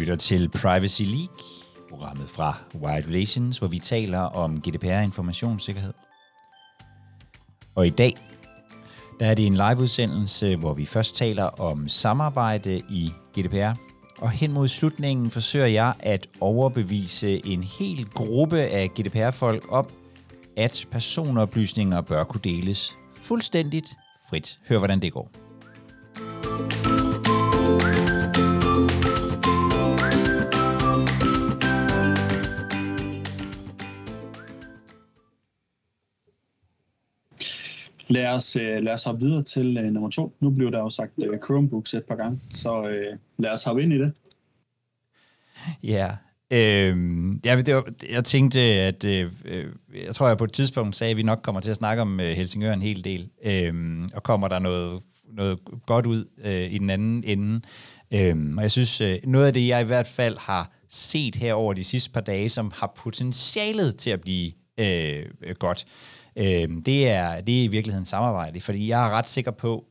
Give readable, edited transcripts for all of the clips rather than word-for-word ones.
lytter til Privacy League, programmet fra Wired Relations, hvor vi taler om GDPR informationssikkerhed. Og i dag, der er det en liveudsendelse, hvor vi først taler om samarbejde i GDPR, og hen mod slutningen forsøger jeg at overbevise en hel gruppe af GDPR-folk om, at personoplysninger bør kunne deles fuldstændigt frit. Hør, hvordan det går. Lad os hoppe videre til nummer 2. Nu blev der jo sagt Chromebooks et par gange, så lad os hoppe ind i det. Ja, jeg tænkte, at jeg tror, jeg på et tidspunkt sagde, at vi nok kommer til at snakke om Helsingør en hel del, og kommer der noget godt ud i den anden ende. Og jeg synes, noget af det, jeg i hvert fald har set her over de sidste par dage, som har potentialet til at blive godt, det er i virkeligheden samarbejde, fordi jeg er ret sikker på,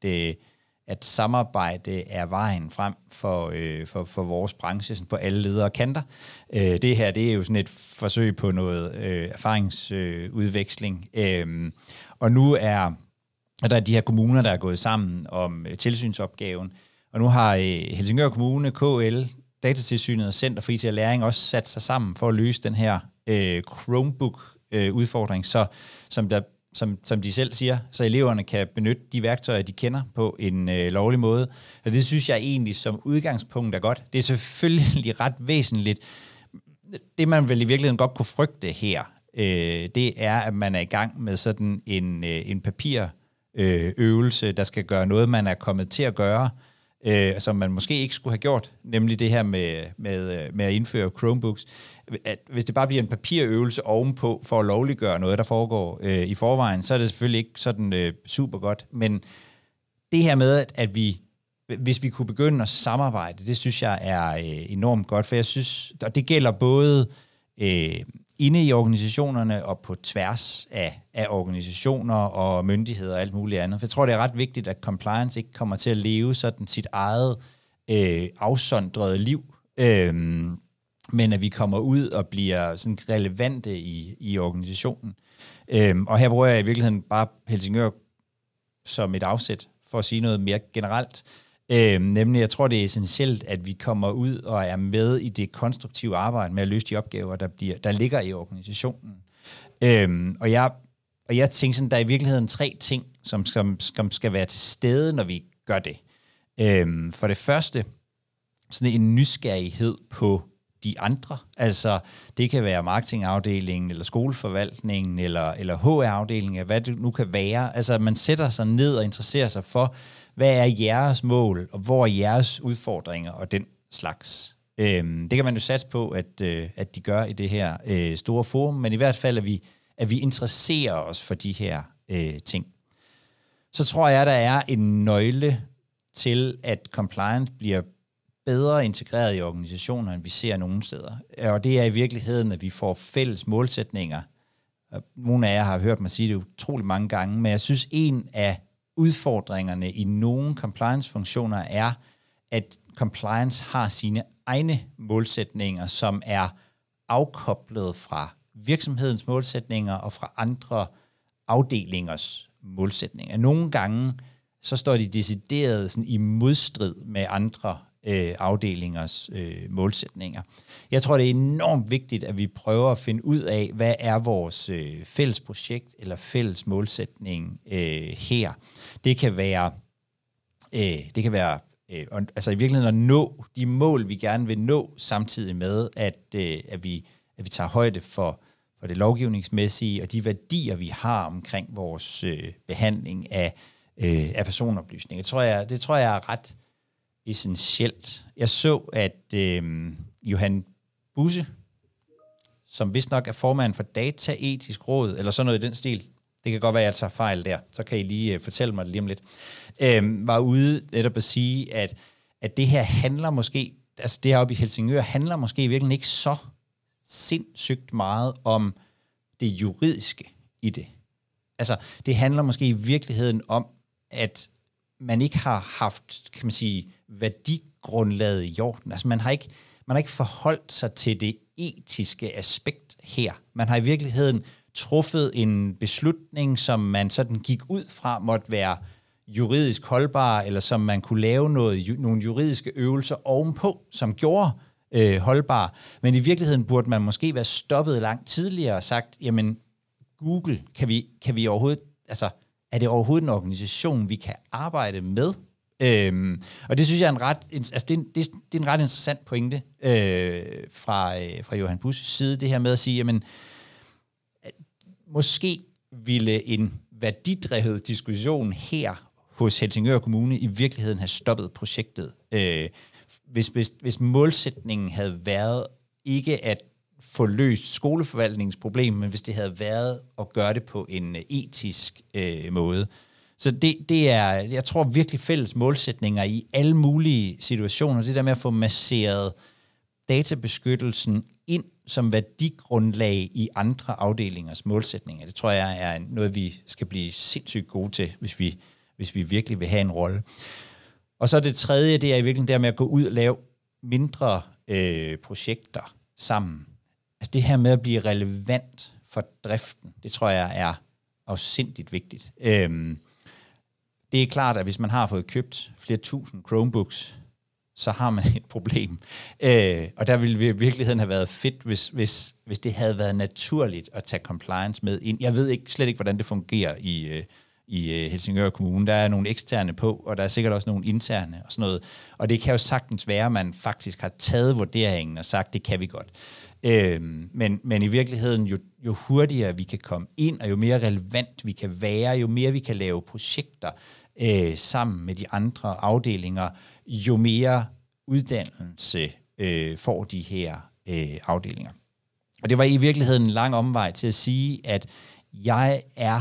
at samarbejde er vejen frem for vores branche sådan på alle ledere kanter. Det her, det er jo sådan et forsøg på noget erfaringsudveksling. Og nu er der de her kommuner, der er gået sammen om tilsynsopgaven, og nu har Helsingør Kommune, KL, Datatilsynet og Center for IT og Læring også sat sig sammen for at løse den her Chromebook-udfordring, så som de selv siger, så eleverne kan benytte de værktøjer, de kender på en lovlig måde. Og det synes jeg egentlig som udgangspunkt er godt. Det er selvfølgelig ret væsentligt. Det man vel i virkeligheden godt kunne frygte her, det er, at man er i gang med sådan en papirøvelse, der skal gøre noget, man er kommet til at gøre, som man måske ikke skulle have gjort, nemlig det her med at indføre Chromebooks. At hvis det bare bliver en papirøvelse ovenpå for at lovliggøre noget, der foregår i forvejen, så er det selvfølgelig ikke sådan super godt. Men det her med, at hvis vi kunne begynde at samarbejde, det synes jeg er enormt godt, for jeg synes, og det gælder både inde i organisationerne og på tværs af organisationer og myndigheder og alt muligt andet. For jeg tror, det er ret vigtigt, at compliance ikke kommer til at leve sådan sit eget afsondrede liv, men at vi kommer ud og bliver sådan relevante i organisationen. Og her bruger jeg i virkeligheden bare Helsingør som et afsæt for at sige noget mere generelt. Nemlig, jeg tror, det er essentielt, at vi kommer ud og er med i det konstruktive arbejde med at løse de opgaver, der ligger i organisationen. Og jeg tænker sådan, der er i virkeligheden 3 ting, som skal være til stede, når vi gør det. For det første, sådan en nysgerrighed på de andre. Altså, det kan være marketingafdelingen, eller skoleforvaltningen, eller HR-afdelingen, hvad det nu kan være. Altså, man sætter sig ned og interesserer sig for, hvad er jeres mål, og hvor er jeres udfordringer, og den slags. Det kan man jo satse på, at de gør i det her store forum, men i hvert fald, at vi interesserer os for de her ting. Så tror jeg, der er en nøgle til, at compliance bliver bedre integreret i organisationer, end vi ser nogle steder. Og det er i virkeligheden, at vi får fælles målsætninger. Nogle af jer har hørt mig sige det utrolig mange gange, men jeg synes, en af udfordringerne i nogle compliance-funktioner er, at compliance har sine egne målsætninger, som er afkoblet fra virksomhedens målsætninger og fra andre afdelingers målsætninger. Nogle gange så står de decideret sådan i modstrid med andre afdelingers målsætninger. Jeg tror, det er enormt vigtigt, at vi prøver at finde ud af, hvad er vores fælles projekt eller fælles målsætning her. Det kan være altså i virkeligheden at nå de mål, vi gerne vil nå, samtidig med, at vi tager højde for det lovgivningsmæssige og de værdier, vi har omkring vores behandling af personoplysninger. Det tror jeg er ret essentielt. Jeg så, at Johan Busse, som vist nok er formand for Dataetisk Råd, eller sådan noget i den stil, det kan godt være, at jeg tager fejl der, så kan I lige fortælle mig det lige om lidt, var ude netop at sige, at det her handler måske, altså det her oppe i Helsingør, handler måske virkelig ikke så sindssygt meget om det juridiske i det. Altså, det handler måske i virkeligheden om, at man ikke har haft, kan man sige, værdigrundlaget i orden. Altså man har ikke forholdt sig til det etiske aspekt her. Man har i virkeligheden truffet en beslutning, som man sådan gik ud fra, måtte være juridisk holdbar, eller som man kunne lave nogle juridiske øvelser ovenpå, som gjorde holdbar. Men i virkeligheden burde man måske være stoppet langt tidligere og sagt, jamen Google, kan vi overhovedet, altså er det overhovedet en organisation, vi kan arbejde med? Og det synes jeg er det er en ret interessant pointe fra Johan Buschs side, det her med at sige, jamen måske ville en værdidrevet diskussion her hos Helsingør Kommune i virkeligheden have stoppet projektet. Hvis målsætningen havde været ikke at få løst skoleforvaltningsproblemet, men hvis det havde været at gøre det på en etisk måde. Så det er, jeg tror virkelig fælles målsætninger i alle mulige situationer. Det der med at få masseret databeskyttelsen ind som værdigrundlag i andre afdelingers målsætninger. Det tror jeg er noget, vi skal blive sindssygt gode til, hvis vi virkelig vil have en rolle. Og så det tredje, det er i virkeligheden der med at gå ud og lave mindre projekter sammen. Altså det her med at blive relevant for driften, det tror jeg er afsindigt vigtigt. Det er klart, at hvis man har fået købt flere tusind Chromebooks, så har man et problem. Og der ville i virkeligheden have været fedt, hvis det havde været naturligt at tage compliance med ind. Jeg ved slet ikke, hvordan det fungerer i Helsingør Kommune. Der er nogle eksterne på, og der er sikkert også nogle interne og sådan noget. Og det kan jo sagtens være, at man faktisk har taget vurderingen og sagt, det kan vi godt. Men i virkeligheden, jo hurtigere vi kan komme ind, og jo mere relevant vi kan være, jo mere vi kan lave projekter sammen med de andre afdelinger, jo mere uddannelse får de her afdelinger. Og det var i virkeligheden en lang omvej til at sige, at jeg er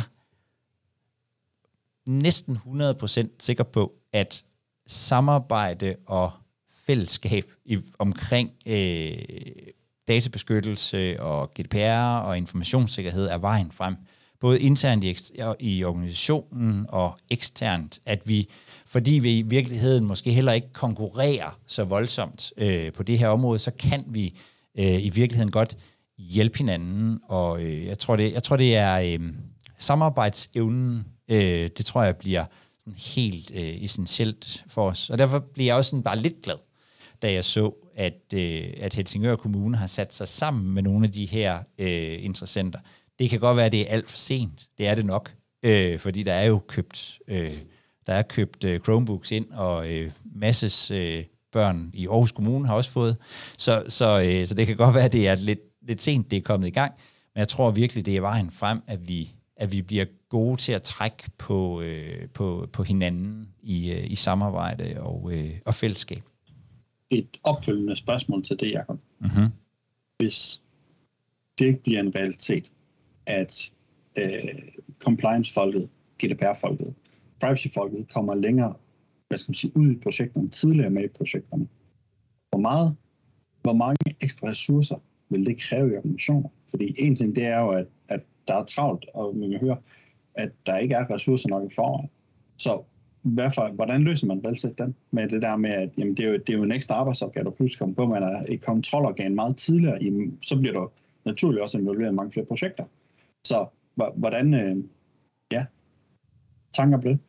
næsten 100% sikker på, at samarbejde og fællesskab omkring databeskyttelse og GDPR og informationssikkerhed er vejen frem. Både internt i organisationen og eksternt, at fordi vi i virkeligheden måske heller ikke konkurrerer så voldsomt på det her område, så kan vi i virkeligheden godt hjælpe hinanden. Og jeg tror det er samarbejdsevnen, det tror jeg bliver sådan helt essentielt for os. Og derfor bliver jeg også sådan bare lidt glad, da jeg så, at Helsingør Kommune har sat sig sammen med nogle af de her interessenter. Det kan godt være, at det er alt for sent. Det er det nok, fordi der er jo købt Chromebooks ind, og masses børn i Aarhus Kommune har også fået. Så det kan godt være, at det er lidt sent, det er kommet i gang. Men jeg tror virkelig, det er vejen frem, at vi bliver gode til at trække på hinanden i samarbejde og fællesskab. Et opfølgende spørgsmål til det, Jacob. Mm-hmm. Hvis det ikke bliver en realitet, at compliance-folket, GDPR-folket, privacy-folket kommer længere, ud i projekterne, tidligere med i projekterne, hvor mange ekstra ressourcer vil det kræve i organisationer? Fordi en ting, det er jo, at der er travlt, og man kan høre, at der ikke er ressourcer nok i forvejen. Så hvordan løser man valgsæt den? Med det der med, at jamen, det er jo en ekstra arbejdsopgave, der pludselig kommer på, man er et kontrolorgan meget tidligere, så bliver der naturligt også involveret mange flere projekter. Så hvordan, tanker på det?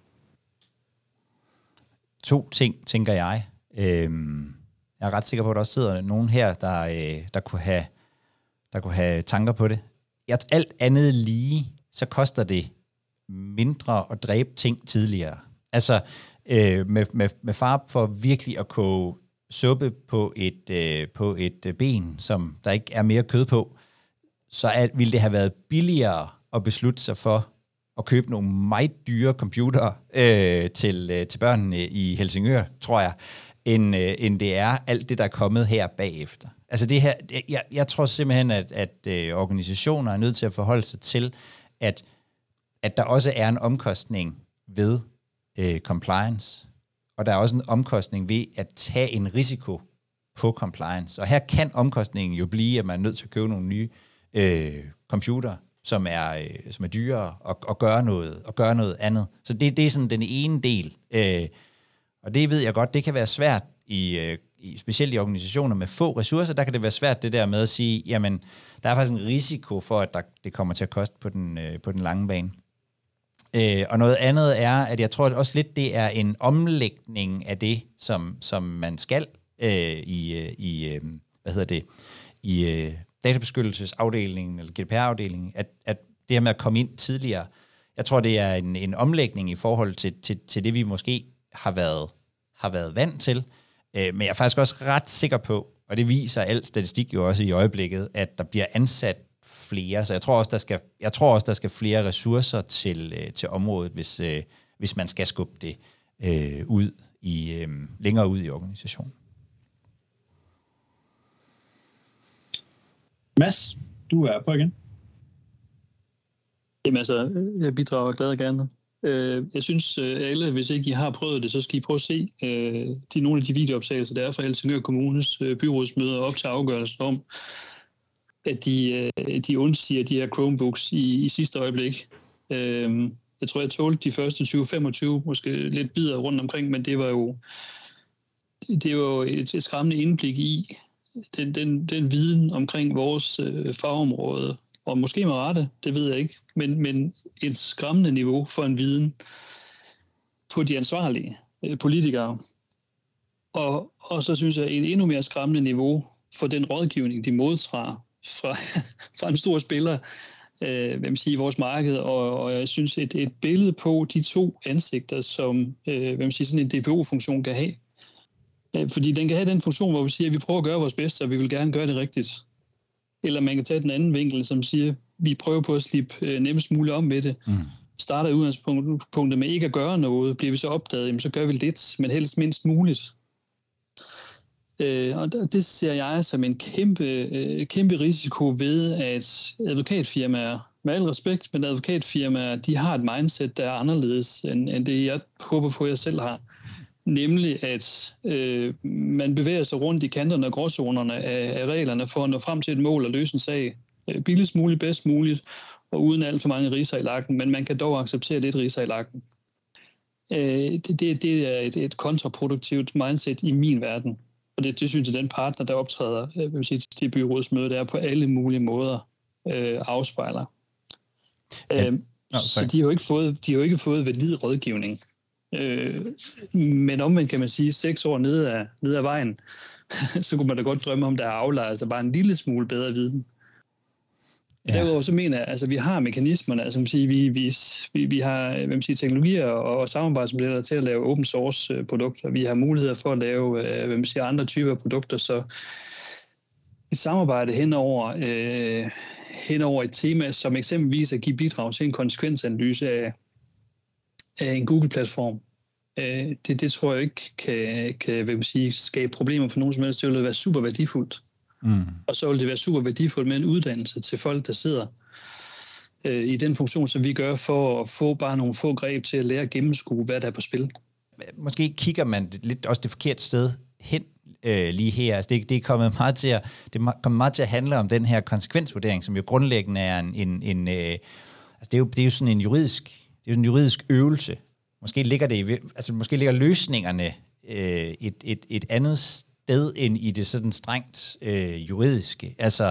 2 ting, tænker jeg. Jeg er ret sikker på, at der også sidder nogen her, der kunne have tanker på det. Alt andet lige, så koster det mindre at dræbe ting tidligere. Altså med far for virkelig at koge suppe på et ben, som der ikke er mere kød på, så ville det have været billigere at beslutte sig for at købe nogle meget dyre computere til børnene i Helsingør, tror jeg, end det er alt det, der er kommet her bagefter. Altså det her, jeg tror simpelthen, at organisationer er nødt til at forholde sig til, at der også er en omkostning ved compliance, og der er også en omkostning ved at tage en risiko på compliance. Og her kan omkostningen jo blive, at man er nødt til at købe nogle nye computere, som er dyrere og gøre noget andet. Så det er sådan den ene del. Og det ved jeg godt, det kan være svært specielt i organisationer med få ressourcer, der kan det være svært det der med at sige, jamen, der er faktisk en risiko for, at det kommer til at koste på den lange bane. Og noget andet er, at jeg tror at også lidt, det er en omlægning af det, som man skal i databeskyttelsesafdelingen eller GDPR-afdelingen, at det her med at komme ind tidligere, jeg tror, det er en omlægning i forhold til det, vi måske har været vant til. Men jeg er faktisk også ret sikker på, og det viser al statistik jo også i øjeblikket, at der bliver ansat flere. Så jeg tror også, der skal flere ressourcer til området, hvis man skal skubbe det længere ud i organisationen. Mads, du er på igen. Jamen altså, jeg bidrager glad og gerne. Jeg synes, alle, hvis ikke I har prøvet det, så skal I prøve at se nogle af de videooptagelser, der er fra Helsingør Kommunes byrådsmøder op til afgørelsen om, at de undsiger de her Chromebooks i sidste øjeblik. Jeg tror, jeg tålte de første 20-25, måske lidt bidder rundt omkring, men det var jo et skræmmende indblik i den viden omkring vores fagområde, og måske med rette, det ved jeg ikke, men et skræmmende niveau for en viden på de ansvarlige politikere. Og så synes jeg, et endnu mere skræmmende niveau for den rådgivning, de modtager fra en stor spiller, i vores marked, og jeg synes, et billede på de to ansigter, som sådan en DPO-funktion kan have. Fordi den kan have den funktion, hvor vi siger, at vi prøver at gøre vores bedste, og vi vil gerne gøre det rigtigt. Eller man kan tage den anden vinkel, som siger, at vi prøver på at slippe nemmest muligt om med det. Starter udgangspunktet med ikke at gøre noget, bliver vi så opdaget, jamen, så gør vi lidt, men helst mindst muligt. Og det ser jeg som en kæmpe risiko ved, at advokatfirmaer, med al respekt, men advokatfirmaer, de har et mindset, der er anderledes end det, jeg håber på, jeg selv har. Nemlig, at man bevæger sig rundt i kanterne og gråzonerne af reglerne for at nå frem til et mål og løse en sag billigst muligt, bedst muligt, og uden alt for mange ridser i lakken, men man kan dog acceptere lidt ridser i lakken. Det er et kontraproduktivt mindset i min verden. Og det synes jeg, den partner, der optræder til byrådsmødet, der er på alle mulige måder afspejler. Så de har jo ikke fået valid rådgivning. Men omvendt kan man sige, 6 år nede af vejen, så kunne man da godt drømme om, der er aflejret sig bare en lille smule bedre viden. Ja. Derudover så mener jeg, altså vi har mekanismerne, altså vi har teknologier og samarbejdsmodeller til at lave open source produkter. Vi har muligheder for at lave andre typer produkter, så et samarbejde henover et tema, som eksempelvis at give bidrag til en konsekvensanalyse af en Google-platform. Det tror jeg ikke kan skabe problemer for nogen som helst. Det vil være super værdifuldt. Og så vil det være super værdifuldt med en uddannelse til folk, der sidder i den funktion, som vi gør, for at få bare nogle få greb til at lære at gennemskue, hvad der er på spil. Måske kigger man lidt også det forkerte sted hen lige her. Altså det er kommet meget til at handle om den her konsekvensvurdering, som jo grundlæggende er det er jo sådan en juridisk øvelse. Måske ligger løsningerne et andet sted end i det sådan strengt juridiske. Altså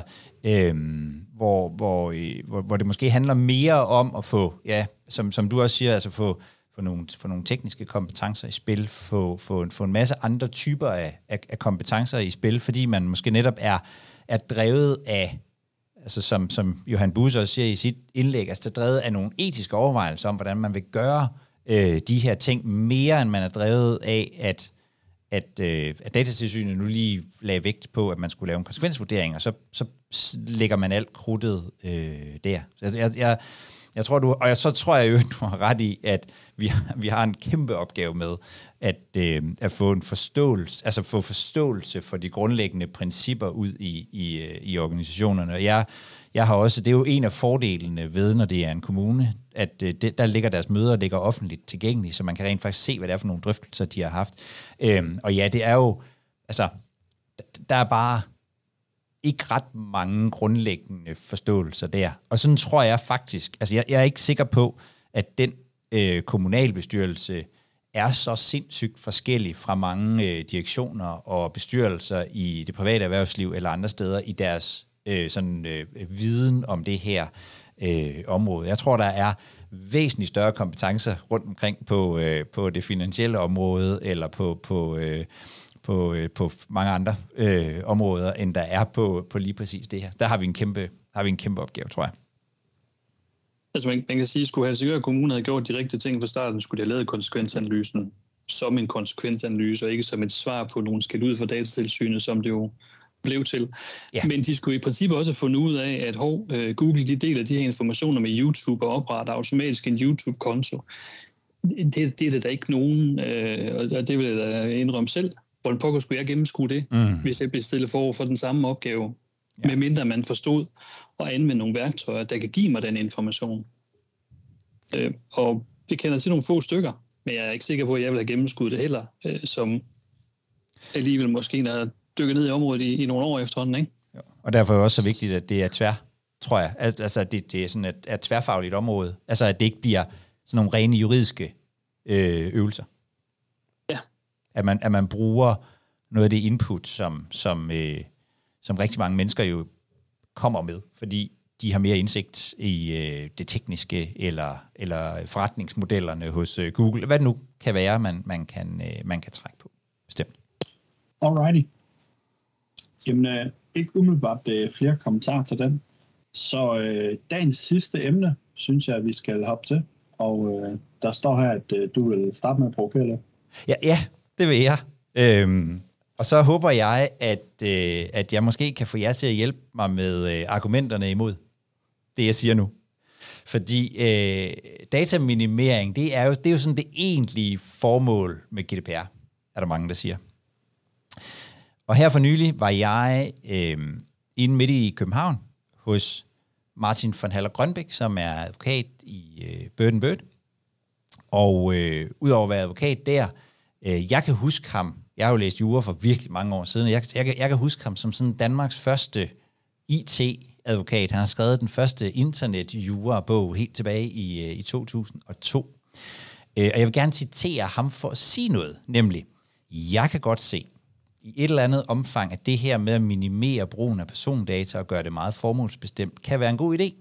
hvor det måske handler mere om at få, ja, som du også siger, altså få nogle tekniske kompetencer i spil, få en masse andre typer af kompetencer i spil, fordi man måske netop er drevet af, altså som Johan Busse også siger i sit indlæg, altså drevet af nogle etiske overvejelser om, hvordan man vil gøre de her ting mere, end man er drevet af, at Datatilsynet nu lige lagde vægt på, at man skulle lave en konsekvensvurdering, og så lægger man alt krudtet der. Så jeg tror, så tror jeg jo, du har ret i, at vi har en kæmpe opgave med at få en forståelse, altså få forståelse for de grundlæggende principper ud i organisationerne. Og jeg har også, det er jo en af fordelene ved, når det er en kommune, at der ligger deres møder ligger offentligt tilgængeligt, så man kan rent faktisk se, hvad det er for nogle drøftelser, de har haft. Og ja, det er jo, altså, der er bare ikke ret mange grundlæggende forståelser der. Og sådan tror jeg faktisk, altså jeg er ikke sikker på, at den kommunalbestyrelse er så sindssygt forskellig fra mange direktioner og bestyrelser i det private erhvervsliv eller andre steder i deres viden om det her område. Jeg tror, der er væsentligt større kompetencer rundt omkring på det finansielle område eller på mange andre områder, end der er på lige præcis det her. Der har vi en kæmpe opgave, tror jeg. Altså man kan sige, at skulle Helsingør Kommune have gjort de rigtige ting fra starten, skulle de have lavet konsekvensanalysen som en konsekvensanalyse, og ikke som et svar på nogle skæld ud fra Datatilsynet, som det jo blev til. Ja. Men de skulle i princippet også have fundet ud af, at Google de deler de her informationer med YouTube og opretter automatisk en YouTube-konto. Det er der ikke nogen, og det vil jeg da indrømme selv. Hvordan pokker skulle jeg gennemskue det, hvis jeg blev stillet for den samme opgave? Ja. Medmindre man forstod og anvende nogle værktøjer, der kan give mig den information. Og det kender til nogle få stykker, men jeg er ikke sikker på, at jeg vil have gennemskuddet det heller, som alligevel måske har dykket ned i området i nogle år efterhånden, ikke? Jo. Og derfor er det også så vigtigt, at det er tror jeg. Altså, det er sådan et tværfagligt område. Altså, at det ikke bliver sådan nogle rene juridiske øvelser. Ja. At man bruger noget af det input, som rigtig mange mennesker jo kommer med, fordi de har mere indsigt i det tekniske eller forretningsmodellerne hos Google. Hvad det nu kan være, man kan trække på. Bestemt. Alrighty. Jamen, ikke umiddelbart flere kommentarer til den. Så dagens sidste emne, synes jeg, at vi skal hoppe til. Og der står her, at du vil starte med at provokere det. Ja, det vil jeg. Og så håber jeg, at jeg måske kan få jer til at hjælpe mig med argumenterne imod det, jeg siger nu. Fordi dataminimering, det er jo sådan det egentlige formål med GDPR, er der mange, der siger. Og her for nylig var jeg inde midt i København hos Martin von Haller-Grønbæk, som er advokat i Bird & Bird. Og udover at være advokat der, jeg kan huske ham, jeg har jo læst jura for virkelig mange år siden, jeg kan huske ham som sådan Danmarks første IT-advokat. Han har skrevet den første internet-jura-bog helt tilbage i 2002. Og jeg vil gerne citere ham for at sige noget, nemlig, jeg kan godt se i et eller andet omfang, at det her med at minimere brugen af persondata og gøre det meget formålsbestemt, kan være en god idé.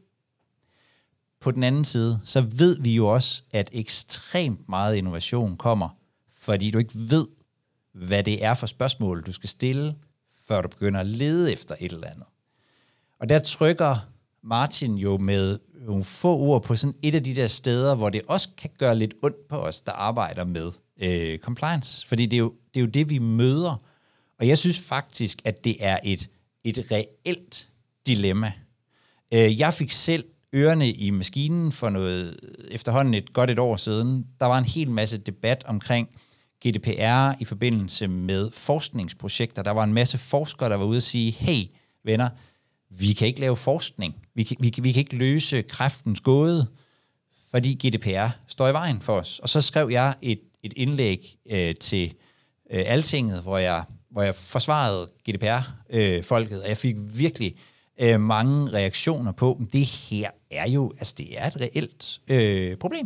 På den anden side, så ved vi jo også, at ekstremt meget innovation kommer, fordi du ikke ved, hvad det er for spørgsmål, du skal stille, før du begynder at lede efter et eller andet. Og der trykker Martin jo med nogle få ord på sådan et af de der steder, hvor det også kan gøre lidt ondt på os, der arbejder med compliance. Fordi det er jo det, vi møder. Og jeg synes faktisk, at det er et reelt dilemma. Jeg fik selv ørerne i maskinen for efterhånden et år siden. Der var en hel masse debat omkring GDPR i forbindelse med forskningsprojekter. Der var en masse forskere, der var ude at sige, hey venner, vi kan ikke lave forskning. Vi kan ikke løse kræftens gåde, fordi GDPR står i vejen for os. Og så skrev jeg et indlæg til Altinget, hvor jeg forsvarede GDPR-folket, og jeg fik virkelig mange reaktioner på, at det her er jo, altså det er et reelt problem,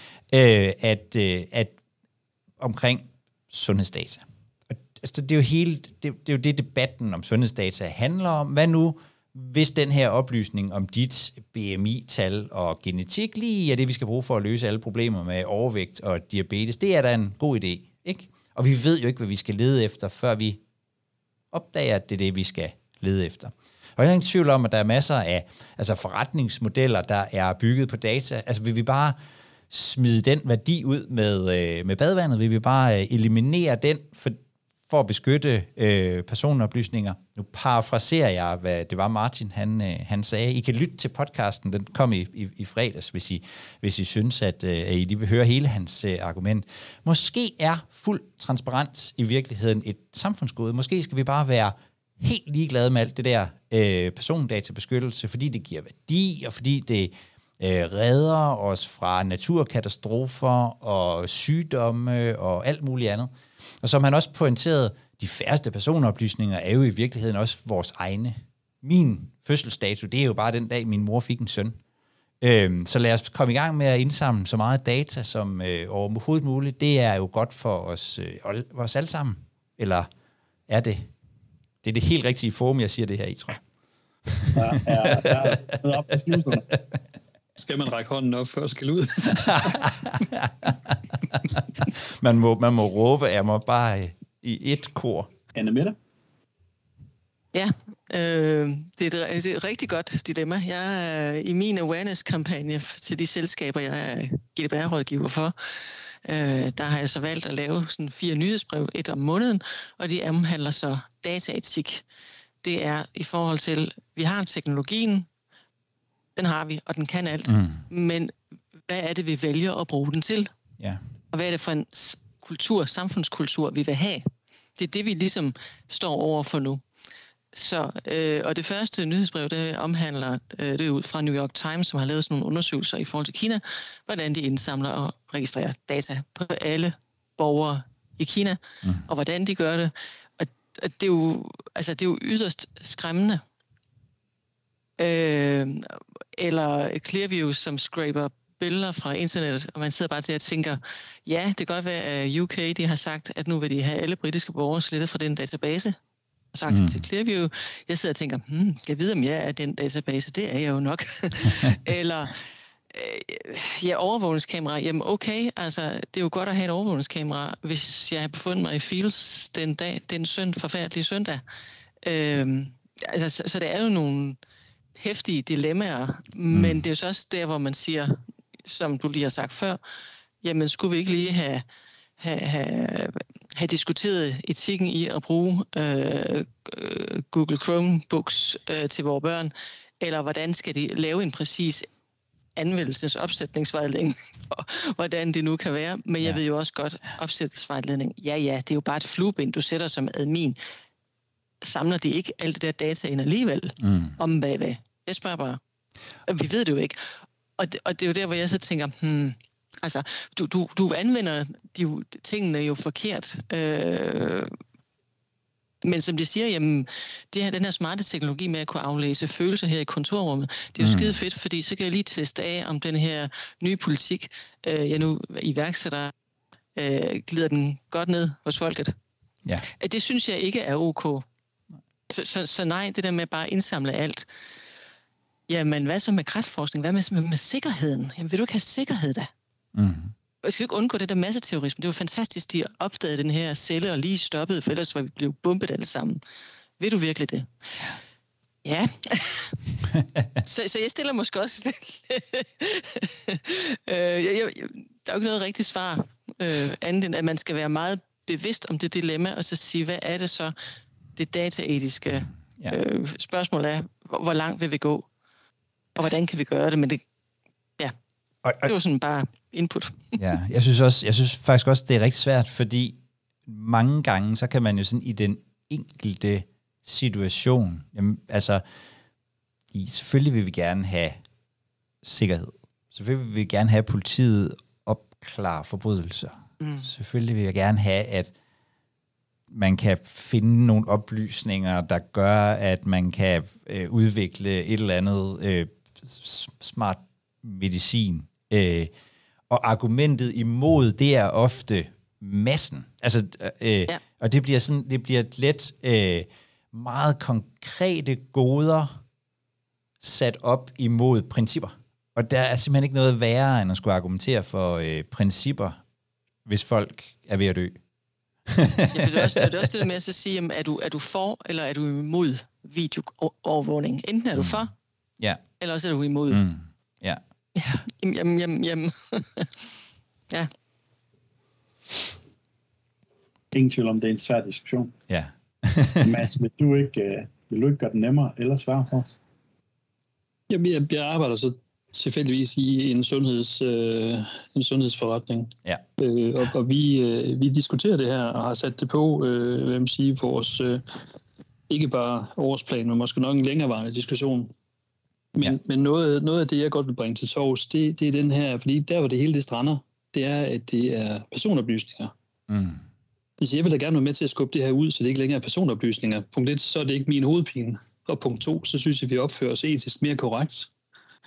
at omkring sundhedsdata. Altså, det er jo det debatten om sundhedsdata handler om. Hvad nu, hvis den her oplysning om dit BMI-tal og genetik lige er det, vi skal bruge for at løse alle problemer med overvægt og diabetes, det er da en god idé, ikke? Og vi ved jo ikke, hvad vi skal lede efter, før vi opdager, at det er det, vi skal lede efter. Og jeg er ingen tvivl om, at der er masser af forretningsmodeller, der er bygget på data. Altså vil vi bare smide den værdi ud med badevandet? Vil vi bare eliminere den for at beskytte personoplysninger? Nu parafraserer jeg, hvad det var Martin, han sagde. I kan lytte til podcasten, den kom i fredags, hvis I synes, at I lige vil høre hele hans argument. Måske er fuld transparens i virkeligheden et samfundsgode. Måske skal vi bare være helt ligeglade med alt det der persondatabeskyttelse, fordi det giver værdi, og fordi det redder os fra naturkatastrofer og sygdomme og alt muligt andet. Og som han også pointerede, de færreste personoplysninger er jo i virkeligheden også vores egne. Min fødselsdato, det er jo bare den dag, min mor fik en søn. Så lad os komme i gang med at indsamle så meget data som overhovedet muligt. Det er jo godt for os alle sammen. Eller er det? Det er det helt rigtige forum, jeg siger det her i, tror jeg. Ja, op på sluserne. Skal man række hånden op, før skal ud? man må råbe, jeg må bare i et kor. Anne Mette? Ja, det er et rigtig godt dilemma. Jeg er i min awareness-kampagne til de selskaber, jeg er GDPR-rådgiver for, der har jeg så valgt at lave sådan 4 nyhedsbrev, 1 om måneden, og de omhandler så dataetik. Det er i forhold til, vi har teknologien, den har vi, og den kan alt, men hvad er det, vi vælger at bruge den til? Ja. Og hvad er det for en samfundskultur, vi vil have? Det er det, vi ligesom står over for nu. Så, og det første nyhedsbrev, det omhandler, det er ud fra New York Times, som har lavet sådan nogle undersøgelser i forhold til Kina, hvordan de indsamler og registrerer data på alle borgere i Kina, og hvordan de gør det. Og det er jo yderst skræmmende. Eller Clearview, som scraper billeder fra internettet, og man sidder bare til at tænker, ja, det kan godt være, at UK de har sagt, at nu vil de have alle britiske borgere slettet fra den database, og sagt det til Clearview. Jeg sidder og tænker, jeg ved, om jeg er den database, det er jeg jo nok. Eller, overvågningskamera, jamen okay, altså, det er jo godt at have et overvågningskamera, hvis jeg har befundet mig i Fields den forfærdelige søndag. Så det er jo nogle heftige dilemmaer, men det er jo så også der, hvor man siger, som du lige har sagt før, jamen skulle vi ikke lige have diskuteret etikken i at bruge Google Chromebooks til vores børn, eller hvordan skal de lave en præcis anvendelsesopsætningsvejledning for, hvordan det nu kan være. Men jeg ved jo også godt, opsættelsesvejledning, ja, det er jo bare et flueben, du sætter som admin. Samler de ikke alt det der data ind alligevel om hvad? Jeg spørger bare. Vi ved det jo ikke. Og det er jo der, hvor jeg så tænker, altså, du anvender tingene jo forkert. Men som de siger, jamen, den her smarte teknologi med at kunne aflæse følelser her i kontorrummet, det er jo skide fedt, fordi så kan jeg lige teste af, om den her nye politik, jeg nu iværksætter, glider den godt ned hos folket. Ja. Det synes jeg ikke er ok. Så nej, det der med bare at indsamle alt. Jamen, hvad så med kræftforskning? Hvad med sikkerheden? Jamen, vil du ikke have sikkerhed da? Jeg skal ikke undgå det der masseterrorisme. Det var fantastisk, de opdagede den her celle og lige stoppede, for ellers var vi blevet bombet alle sammen. Vil du virkelig det? Ja. så jeg stiller måske også... der er jo ikke noget rigtigt svar, andet end at man skal være meget bevidst om det dilemma, og så sige, hvad er det så, det dataetiske spørgsmål er, hvor langt vil vi gå, og hvordan kan vi gøre det, men det... Det var sådan bare input. Ja, jeg synes faktisk også, det er rigtig svært, fordi mange gange, så kan man jo sådan i den enkelte situation, jamen, altså, selvfølgelig vil vi gerne have sikkerhed. Selvfølgelig vil vi gerne have politiet opklare forbrydelser. Selvfølgelig vil jeg gerne have, at man kan finde nogle oplysninger, der gør, at man kan udvikle et eller andet smart medicin. Og argumentet imod, det er ofte massen. Altså, og det bliver let meget konkrete goder sat op imod principper. Og der er simpelthen ikke noget værre, end at skulle argumentere for principper, hvis folk er ved at dø. Det er også det med at sige, er du for, eller er du imod videoovervågning? Enten er du for, eller også er du imod. Ja. Jamen. Ja. Ingen tvivl om, det er en svær diskussion. Ja. Mads, vil du ikke gøre det nemmere eller sværere for os? Jamen, jeg arbejder så tilfældigvis i en sundhedsforretning. Ja. Og vi diskuterer det her og har sat det på, vores ikke bare årsplan, men måske nok en længerevarende diskussion. Men noget af det, jeg godt vil bringe til torvs, det er den her, fordi der, hvor det hele det strander, det er, at det er personoplysninger. Så jeg vil da gerne være med til at skubbe det her ud, så det ikke længere er personoplysninger. Punkt 1, så er det ikke min hovedpine. Og punkt 2, så synes jeg, vi opfører os etisk mere korrekt.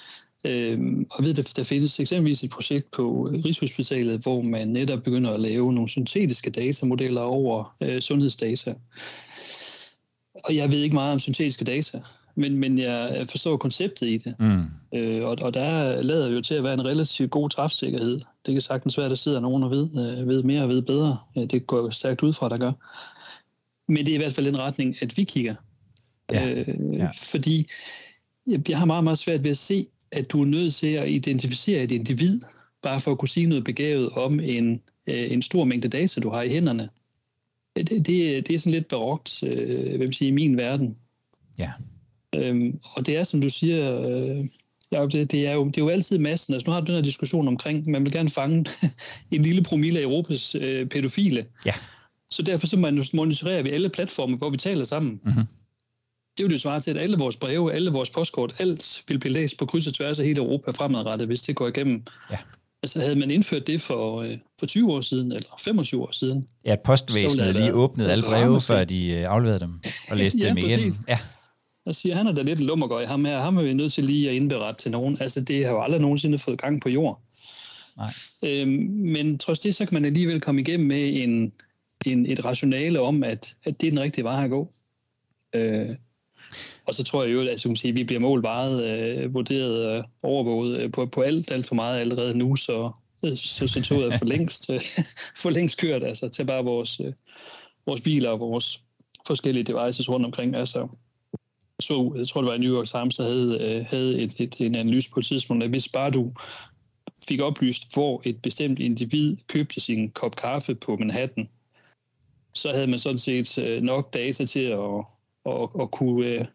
Og ved, der findes eksempelvis et projekt på Rigshospitalet, hvor man netop begynder at lave nogle syntetiske datamodeller over sundhedsdata. Og jeg ved ikke meget om syntetiske data, men jeg forstår konceptet i det. Og der lader jo til at være en relativt god træfsikkerhed. Det kan sagtens være, at der sidder nogen og ved mere og ved bedre. Det går jo stærkt ud fra, der gør. Men det er i hvert fald en retning, at vi kigger. Fordi jeg har meget, meget svært ved at se, at du er nødt til at identificere et individ, bare for at kunne sige noget begavet om en stor mængde data, du har i hænderne. Det er sådan lidt barokt, i min verden. Ja. Og det er, som du siger, det er jo altid massen. Altså, nu har du den her diskussion omkring, man vil gerne fange en lille promille af Europas pædofile. Ja. Så derfor så monitorerer vi alle platforme, hvor vi taler sammen. Mm-hmm. Det er jo det svare til, at alle vores breve, alle vores postkort, alt vil blive læst på kryds og tværs af hele Europa fremadrettet, hvis det går igennem. Ja. Altså havde man indført det for 20 år siden, eller 25 år siden? Ja, at postvæsenet lige åbnede alle breve, før de afleverede dem og læste dem igen. Ja, og siger, han er da lidt en lummergøj, ham her. Ham er vi nødt til lige at indberette til nogen. Altså, det har jo aldrig nogensinde fået gang på jord. Nej. Men trods det, så kan man alligevel komme igennem med et rationale om, at det er den rigtige vej at gå. Og så tror jeg jo, at vi bliver målt, vejet, vurderet, overvåget på alt for meget allerede nu, så toget er for længst kørt, altså til bare vores biler og vores forskellige devices rundt omkring. Altså, jeg tror, det var i New York Times, der havde en analyse på et tidspunkt, at hvis bare du fik oplyst, hvor et bestemt individ købte sin kop kaffe på Manhattan, så havde man sådan set nok data til at kunne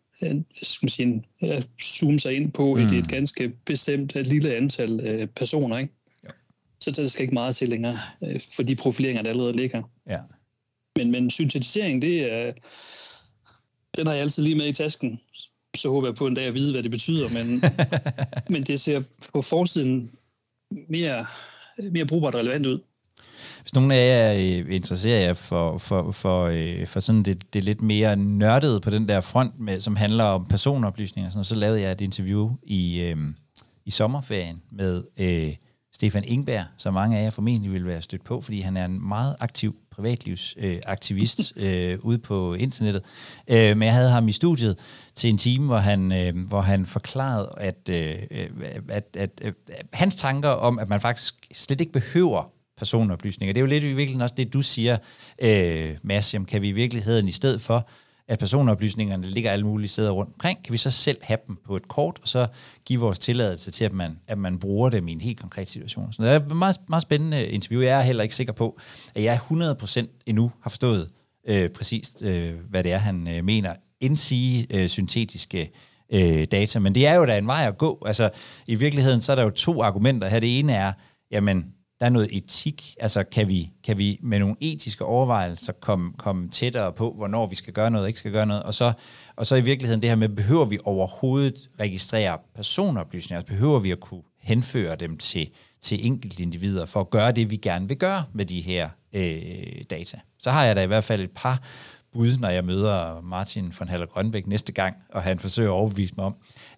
zoome sig ind på et ganske bestemt lille antal personer, ikke? Ja. Så der skal ikke meget til længere, for de profileringer, der allerede ligger. Ja. Men syntetisering, den har jeg altid lige med i tasken. Så håber jeg på en dag at vide, hvad det betyder, men det ser på forsiden mere brugbart og relevant ud. Hvis nogen af jer interesserer jer for sådan det lidt mere nørdede på den der front, som handler om personoplysninger, så lavede jeg et interview i sommerferien med Stefan Ingberg, som mange af jer formentlig vil være stødt på, fordi han er en meget aktiv privatlivsaktivist ude på internettet. Men jeg havde ham i studiet til en time, hvor han forklarede, at hans tanker om, at man faktisk slet ikke behøver personoplysninger. Det er jo lidt i virkeligheden også det, du siger, Mads, kan vi i virkeligheden i stedet for, at personoplysningerne ligger alle mulige steder rundt omkring, kan vi så selv have dem på et kort, og så give vores tilladelse til, at man bruger dem i en helt konkret situation. Så det er et meget, meget spændende interview. Jeg er heller ikke sikker på, at jeg 100% endnu har forstået præcist, hvad det er, han mener, endsige syntetiske data. Men det er jo da en vej at gå. Altså, i virkeligheden, så er der jo to argumenter her. Det ene er, jamen, der er noget etik, altså kan vi med nogle etiske overvejelser komme tættere på, hvornår vi skal gøre noget og ikke skal gøre noget, og så i virkeligheden det her med, behøver vi overhovedet registrere personoplysninger, altså behøver vi at kunne henføre dem til enkelte individer for at gøre det, vi gerne vil gøre med de her data. Så har jeg da i hvert fald et par bud, når jeg møder Martin von Haller-Grønbæk næste gang, og han forsøger at overbevise mig om,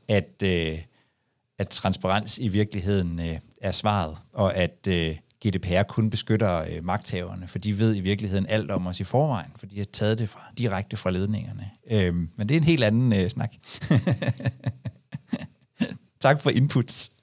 at transparens i virkeligheden er svaret, og at GDPR kun beskytter magthaverne, for de ved i virkeligheden alt om os i forvejen, for de har taget det direkte fra ledningerne. Men det er en helt anden snak. Tak for inputs.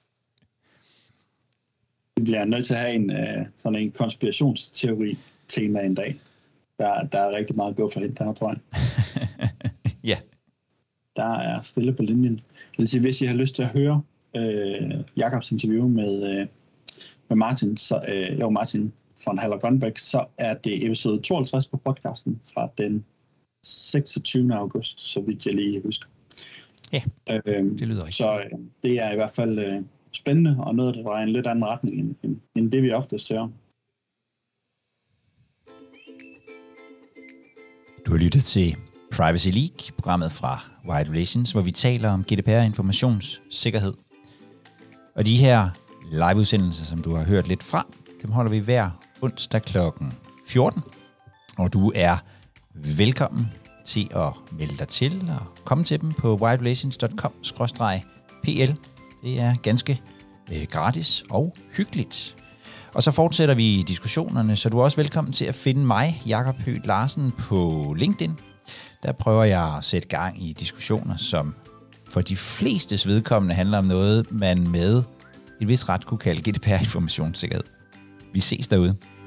Vi bliver nødt til at have sådan en konspirationsteori-tema en dag. Der er rigtig meget at gå for der, tror jeg. Ja. Der er stille på linjen. Det vil sige, hvis I har lyst til at høre Jakobs interview med Martin, Martin von Haller-Grønbæk, så er det episode 52 på podcasten fra den 26. august, så vidt jeg lige husker. Ja, det lyder rigtigt. Så det er i hvert fald spændende, og noget, der drejer en lidt anden retning, end det vi oftest hører. Du har lyttet til Privacy League, programmet fra Wired Relations, hvor vi taler om GDPR-informationssikkerhed. Og de her liveudsendelser, som du har hørt lidt fra, dem holder vi hver onsdag kl. 14. Og du er velkommen til at melde dig til og komme til dem på wiredrelations.com/pl. Det er ganske gratis og hyggeligt. Og så fortsætter vi diskussionerne, så du er også velkommen til at finde mig, Jakob Høgh Larsen, på LinkedIn. Der prøver jeg at sætte gang i diskussioner, som for de flestes vedkommende handler om noget, man med et vist ret kunne kalde GDPR-informationssikkerhed. Vi ses derude.